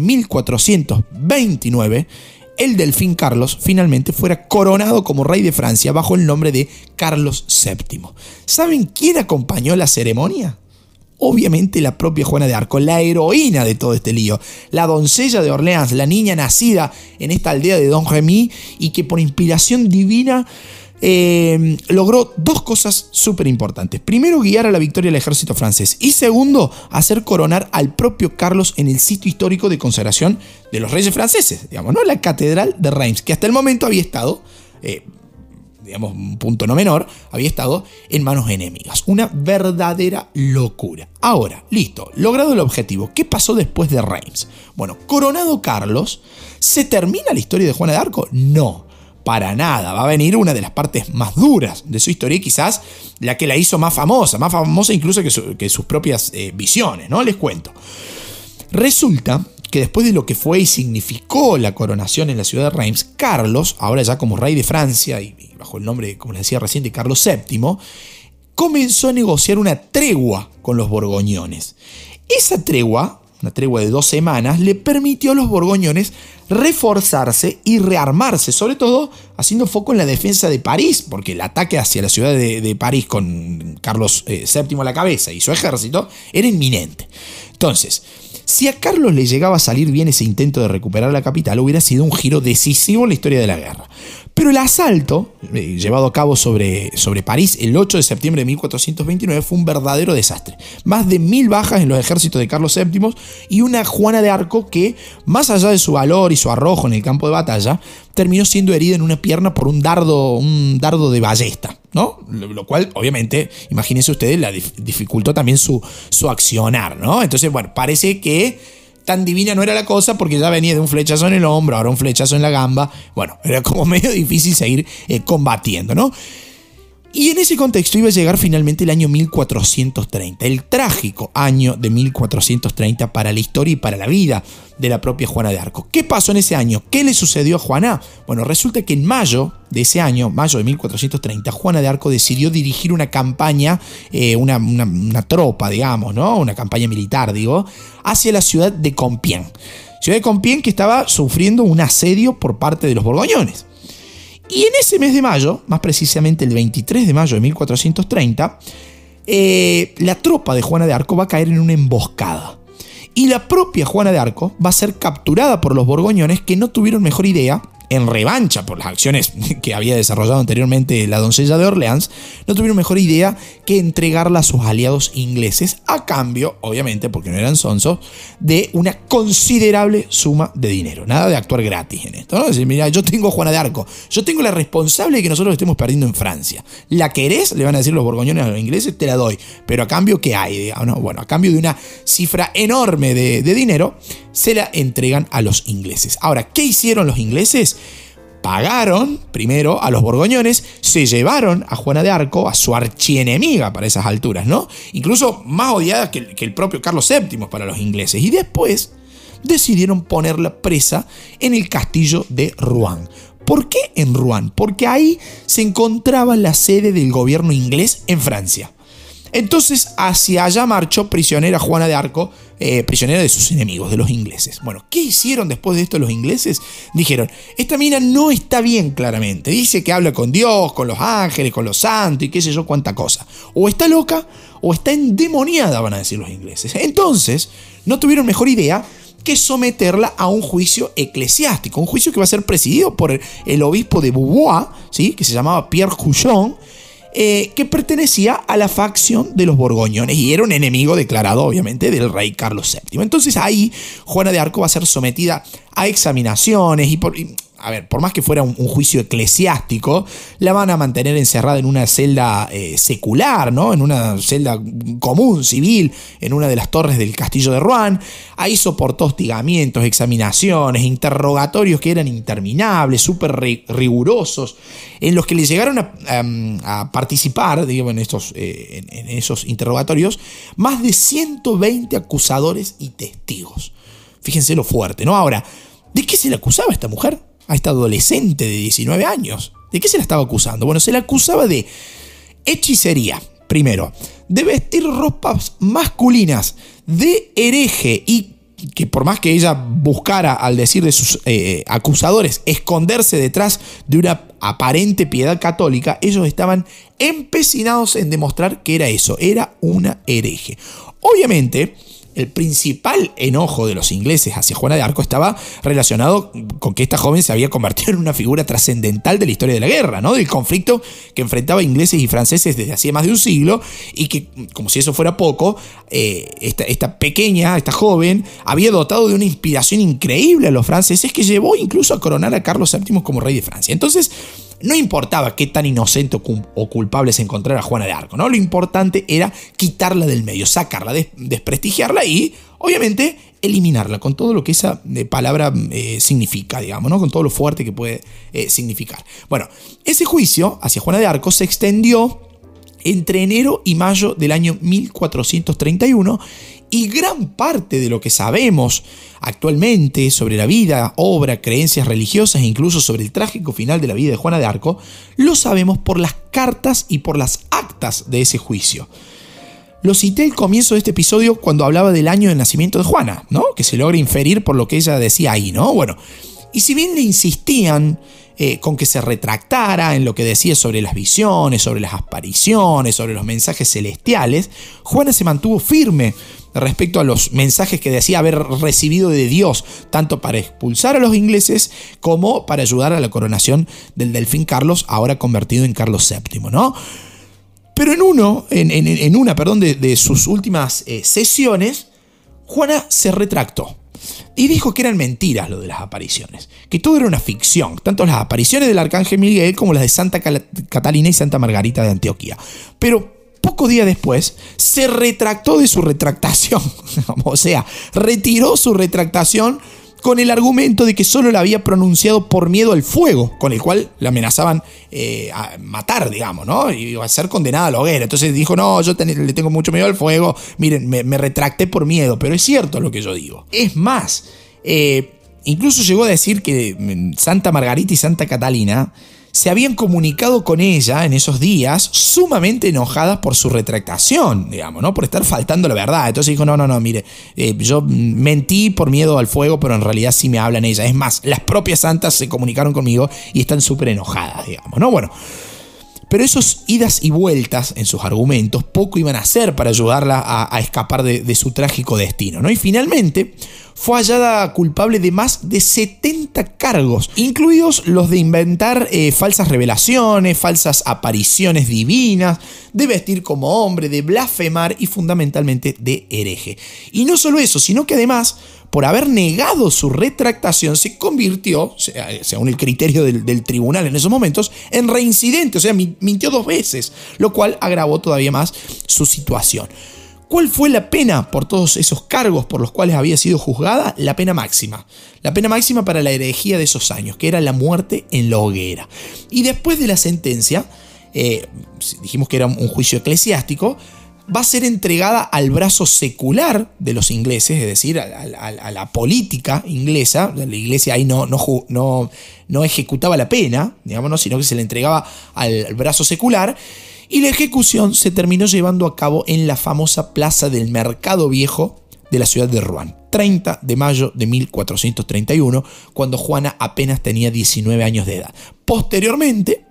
[SPEAKER 1] 1429 el delfín Carlos finalmente fuera coronado como rey de Francia bajo el nombre de Carlos VII. ¿Saben quién acompañó la ceremonia? Obviamente la propia Juana de Arco, la heroína de todo este lío, la doncella de Orleans, la niña nacida en esta aldea de Don Remy y que por inspiración divina logró dos cosas súper importantes. Primero, guiar a la victoria del ejército francés, y segundo, hacer coronar al propio Carlos en el sitio histórico de consagración de los reyes franceses, digamos, ¿no? La Catedral de Reims, que hasta el momento había estado, digamos, un punto no menor, había estado en manos enemigas. Una verdadera locura. Ahora, listo, logrado el objetivo. ¿Qué pasó después de Reims? Bueno, coronado Carlos, ¿se termina la historia de Juana de Arco? No. Para nada, va a venir una de las partes más duras de su historia y quizás la que la hizo más famosa incluso que sus propias visiones, ¿no? Les cuento. Resulta que después de lo que fue y significó la coronación en la ciudad de Reims, Carlos, ahora ya como rey de Francia y bajo el nombre, como les decía recién, de Carlos VII, comenzó a negociar una tregua con los borgoñones. Esa tregua, una tregua de 2 semanas, le permitió a los borgoñones reforzarse y rearmarse, sobre todo haciendo foco en la defensa de París, porque el ataque hacia la ciudad de París con Carlos VII a la cabeza y su ejército era inminente. Entonces, si a Carlos le llegaba a salir bien ese intento de recuperar la capital, hubiera sido un giro decisivo en la historia de la guerra. Pero el asalto, llevado a cabo sobre París el 8 de septiembre de 1429, fue un verdadero desastre. Más de 1000 bajas en los ejércitos de Carlos VII y una Juana de Arco que, más allá de su valor y su arrojo en el campo de batalla, terminó siendo herida en una pierna por un dardo de ballesta, ¿no? Lo cual, obviamente, imagínense ustedes, la dificultó también su accionar, ¿no? Entonces, bueno, parece que tan divina no era la cosa porque ya venía de un flechazo en el hombro, ahora un flechazo en la gamba. Bueno, era como medio difícil seguir combatiendo, ¿no? Y en ese contexto iba a llegar finalmente el año 1430, el trágico año de 1430 para la historia y para la vida de la propia Juana de Arco. ¿Qué pasó en ese año? ¿Qué le sucedió a Juana? Bueno, resulta que en mayo de ese año, mayo de 1430, Juana de Arco decidió dirigir una campaña, una tropa, digamos, ¿no? Una campaña militar, digo, hacia la ciudad de Compiègne. Ciudad de Compiègne que estaba sufriendo un asedio por parte de los borgoñones. Y en ese mes de mayo, más precisamente el 23 de mayo de 1430, la tropa de Juana de Arco va a caer en una emboscada. Y la propia Juana de Arco va a ser capturada por los borgoñones, que no tuvieron mejor idea, en revancha por las acciones que había desarrollado anteriormente la doncella de Orleans, no tuvieron mejor idea que entregarla a sus aliados ingleses a cambio, obviamente, porque no eran sonsos, de una considerable suma de dinero. Nada de actuar gratis en esto, ¿no? Es decir, mira, yo tengo a Juana de Arco, yo tengo la responsable de que nosotros estemos perdiendo en Francia. ¿La querés? Le van a decir los borgoñones a los ingleses, te la doy. Pero a cambio, ¿qué hay? Digamos, ¿no? Bueno, a cambio de una cifra enorme de dinero, se la entregan a los ingleses. Ahora, ¿qué hicieron los ingleses? Pagaron primero a los borgoñones, se llevaron a Juana de Arco, a su archienemiga para esas alturas, ¿no? Incluso más odiada que el propio Carlos VII para los ingleses. Y después decidieron ponerla presa en el castillo de Rouen. ¿Por qué en Rouen? Porque ahí se encontraba la sede del gobierno inglés en Francia. Entonces hacia allá marchó prisionera Juana de Arco, prisionera de sus enemigos, de los ingleses. Bueno, ¿qué hicieron después de esto los ingleses? Dijeron, esta mina no está bien claramente. Dice que habla con Dios, con los ángeles, con los santos y qué sé yo cuánta cosa. O está loca o está endemoniada, van a decir los ingleses. Entonces, no tuvieron mejor idea que someterla a un juicio eclesiástico. Un juicio que va a ser presidido por el obispo de Beauvois, ¿sí? Que se llamaba Pierre Couchon, que pertenecía a la facción de los borgoñones y era un enemigo declarado, obviamente, del rey Carlos VII. Entonces ahí Juana de Arco va a ser sometida a examinaciones y por más que fuera un juicio eclesiástico, la van a mantener encerrada en una celda secular, ¿no? En una celda común, civil, en una de las torres del castillo de Rouen. Ahí soportó hostigamientos, examinaciones, interrogatorios que eran interminables, súper rigurosos, en los que le llegaron a participar, digamos, en esos interrogatorios, más de 120 acusadores y testigos. Fíjense lo fuerte, ¿no? Ahora, ¿de qué se le acusaba a esta mujer? A esta adolescente de 19 años. ¿De qué se la estaba acusando? Bueno, se la acusaba de hechicería, primero, de vestir ropas masculinas, de hereje y que por más que ella buscara, al decir de sus acusadores, esconderse detrás de una aparente piedad católica, ellos estaban empecinados en demostrar que era eso, era una hereje. Obviamente, el principal enojo de los ingleses hacia Juana de Arco estaba relacionado con que esta joven se había convertido en una figura trascendental de la historia de la guerra, ¿no? Del conflicto que enfrentaba ingleses y franceses desde hacía más de un siglo y que, como si eso fuera poco, esta joven había dotado de una inspiración increíble a los franceses que llevó incluso a coronar a Carlos VII como rey de Francia. Entonces, no importaba qué tan inocente o culpable se encontrara Juana de Arco, ¿no? Lo importante era quitarla del medio, sacarla, desprestigiarla y, obviamente, eliminarla con todo lo que esa palabra significa, digamos, ¿no? Con todo lo fuerte que puede significar. Bueno, ese juicio hacia Juana de Arco se extendió entre enero y mayo del año 1431 y gran parte de lo que sabemos actualmente sobre la vida, obra, creencias religiosas e incluso sobre el trágico final de la vida de Juana de Arco, lo sabemos por las cartas y por las actas de ese juicio. Lo cité al comienzo de este episodio cuando hablaba del año del nacimiento de Juana, ¿no? Que se logra inferir por lo que ella decía ahí, ¿no? Bueno, y si bien le insistían con que se retractara en lo que decía sobre las visiones, sobre las apariciones, sobre los mensajes celestiales, Juana se mantuvo firme respecto a los mensajes que decía haber recibido de Dios, tanto para expulsar a los ingleses como para ayudar a la coronación del delfín Carlos, ahora convertido en Carlos VII, ¿no? Pero en una de sus últimas sesiones, Juana se retractó y dijo que eran mentiras lo de las apariciones, que todo era una ficción, tanto las apariciones del arcángel Miguel como las de Santa Catalina y Santa Margarita de Antioquía. Pero pocos días después se retractó de su retractación, o sea, retiró su retractación con el argumento de que solo la había pronunciado por miedo al fuego, con el cual la amenazaban a matar, digamos, ¿no? Y a ser condenada a la hoguera. Entonces dijo, no, yo le tengo mucho miedo al fuego, miren, me retracté por miedo, pero es cierto lo que yo digo. Es más, incluso llegó a decir que Santa Margarita y Santa Catalina se habían comunicado con ella en esos días sumamente enojadas por su retractación, digamos, ¿no? Por estar faltando la verdad. Entonces dijo, no, mire, yo mentí por miedo al fuego, pero en realidad sí me hablan ellas. Es más, las propias santas se comunicaron conmigo y están súper enojadas, digamos, ¿no? Bueno, pero esos idas y vueltas en sus argumentos poco iban a hacer para ayudarla a escapar de su trágico destino, ¿no? Y finalmente fue hallada culpable de más de 70 cargos, incluidos los de inventar falsas revelaciones, falsas apariciones divinas, de vestir como hombre, de blasfemar y fundamentalmente de hereje. Y no solo eso, sino que además, por haber negado su retractación, se convirtió, según el criterio del tribunal en esos momentos, en reincidente, o sea, mintió 2 veces, lo cual agravó todavía más su situación. ¿Cuál fue la pena por todos esos cargos por los cuales había sido juzgada? La pena máxima. La pena máxima para la herejía de esos años, que era la muerte en la hoguera. Y después de la sentencia, dijimos que era un juicio eclesiástico, va a ser entregada al brazo secular de los ingleses, es decir, a la política inglesa. La iglesia ahí no ejecutaba la pena, digamos, sino que se le entregaba al brazo secular. Y la ejecución se terminó llevando a cabo en la famosa plaza del Mercado Viejo de la ciudad de Rouen, 30 de mayo de 1431, cuando Juana apenas tenía 19 años de edad. Posteriormente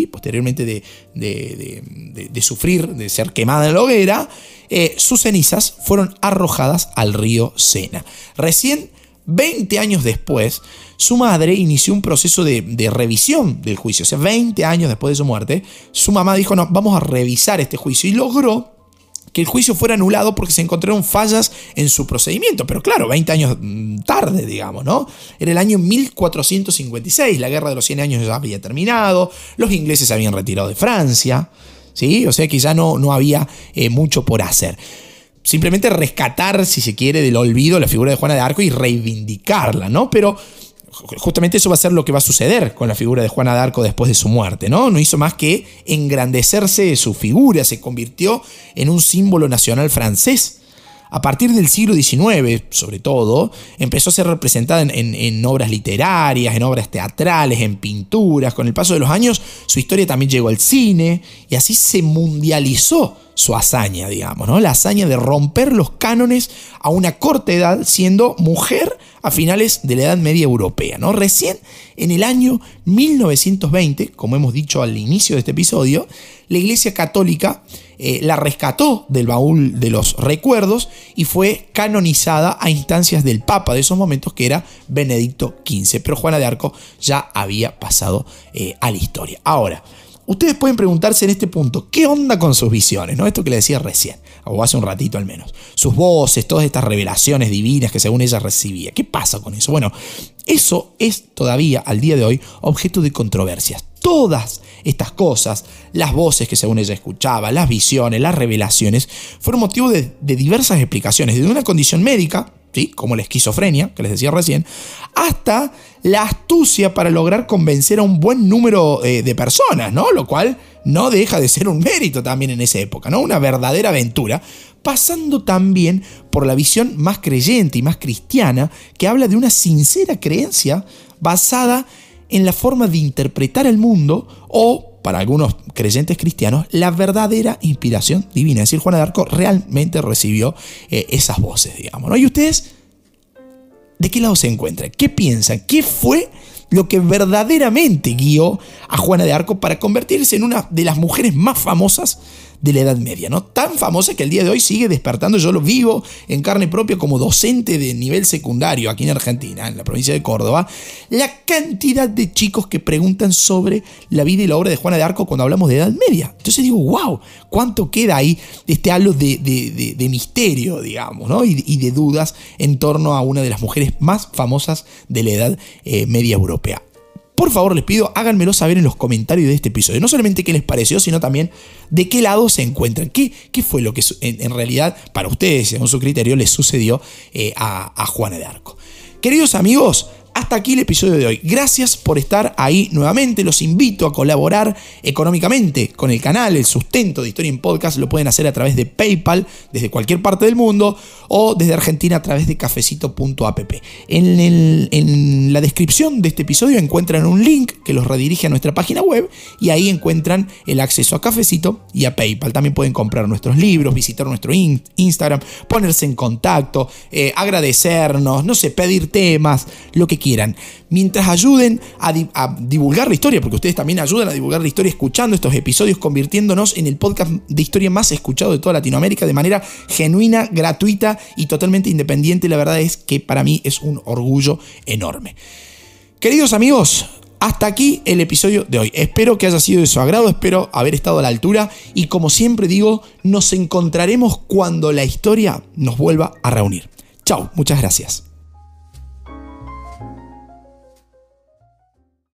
[SPEAKER 1] de sufrir, de ser quemada en la hoguera, sus cenizas fueron arrojadas al río Sena. Recién 20 años después, su madre inició un proceso de revisión del juicio. O sea, 20 años después de su muerte, su mamá dijo, no, vamos a revisar este juicio, y logró que el juicio fuera anulado porque se encontraron fallas en su procedimiento. Pero claro, 20 años tarde, digamos, ¿no? Era el año 1456, la guerra de los 100 años ya había terminado, los ingleses se habían retirado de Francia, ¿sí? O sea que ya no había mucho por hacer. Simplemente rescatar, si se quiere, del olvido la figura de Juana de Arco y reivindicarla, ¿no? Pero justamente eso va a ser lo que va a suceder con la figura de Juana de Arco después de su muerte, ¿no? No hizo más que engrandecerse su figura, se convirtió en un símbolo nacional francés. A partir del siglo XIX, sobre todo, empezó a ser representada en obras literarias, en obras teatrales, en pinturas. Con el paso de los años, su historia también llegó al cine y así se mundializó su hazaña, digamos, ¿no? La hazaña de romper los cánones a una corta edad, siendo mujer a finales de la Edad Media Europea, ¿no? Recién en el año 1920, como hemos dicho al inicio de este episodio, la Iglesia Católica la rescató del baúl de los recuerdos y fue canonizada a instancias del Papa de esos momentos, que era Benedicto XV. Pero Juana de Arco ya había pasado a la historia. Ahora, ustedes pueden preguntarse en este punto, ¿qué onda con sus visiones? ¿No? Esto que les decía recién, o hace un ratito al menos. Sus voces, todas estas revelaciones divinas que según ella recibía. ¿Qué pasa con eso? Bueno, eso es todavía al día de hoy objeto de controversias. Todas estas cosas, las voces que según ella escuchaba, las visiones, las revelaciones, fueron motivo de diversas explicaciones, desde una condición médica, ¿sí?, como la esquizofrenia, que les decía recién, hasta la astucia para lograr convencer a un buen número de personas, ¿no? Lo cual no deja de ser un mérito también en esa época, ¿no? Una verdadera aventura, pasando también por la visión más creyente y más cristiana, que habla de una sincera creencia basada en la forma de interpretar el mundo, o, para algunos creyentes cristianos, la verdadera inspiración divina. Es decir, Juana de Arco realmente recibió esas voces, digamos, ¿no? ¿Y ustedes de qué lado se encuentran? ¿Qué piensan? ¿Qué fue lo que verdaderamente guió a Juana de Arco para convertirse en una de las mujeres más famosas de la Edad Media, ¿no? Tan famosa que el día de hoy sigue despertando. Yo lo vivo en carne propia como docente de nivel secundario aquí en Argentina, en la provincia de Córdoba. La cantidad de chicos que preguntan sobre la vida y la obra de Juana de Arco cuando hablamos de Edad Media. Entonces digo, wow, cuánto queda ahí de este halo de misterio, digamos, ¿no? Y de dudas en torno a una de las mujeres más famosas de la Edad Media europea. Por favor, les pido, háganmelo saber en los comentarios de este episodio. No solamente qué les pareció, sino también de qué lado se encuentran. ¿Qué fue lo que en realidad, para ustedes, según su criterio, les sucedió a Juana de Arco? Queridos amigos, hasta aquí el episodio de hoy. Gracias por estar ahí nuevamente. Los invito a colaborar económicamente con el canal. El sustento de Historia en Podcast lo pueden hacer a través de PayPal desde cualquier parte del mundo o desde Argentina a través de cafecito.app. En la descripción de este episodio encuentran un link que los redirige a nuestra página web y ahí encuentran el acceso a Cafecito y a PayPal. También pueden comprar nuestros libros, visitar nuestro Instagram, ponerse en contacto, agradecernos, no sé, pedir temas, lo que quieran, mientras ayuden a divulgar la historia, porque ustedes también ayudan a divulgar la historia escuchando estos episodios, convirtiéndonos en el podcast de historia más escuchado de toda Latinoamérica de manera genuina, gratuita y totalmente independiente. La verdad es que para mí es un orgullo enorme. Queridos amigos, hasta aquí el episodio de hoy. Espero que haya sido de su agrado, espero haber estado a la altura y, como siempre digo, nos encontraremos cuando la historia nos vuelva a reunir. Chao, muchas gracias.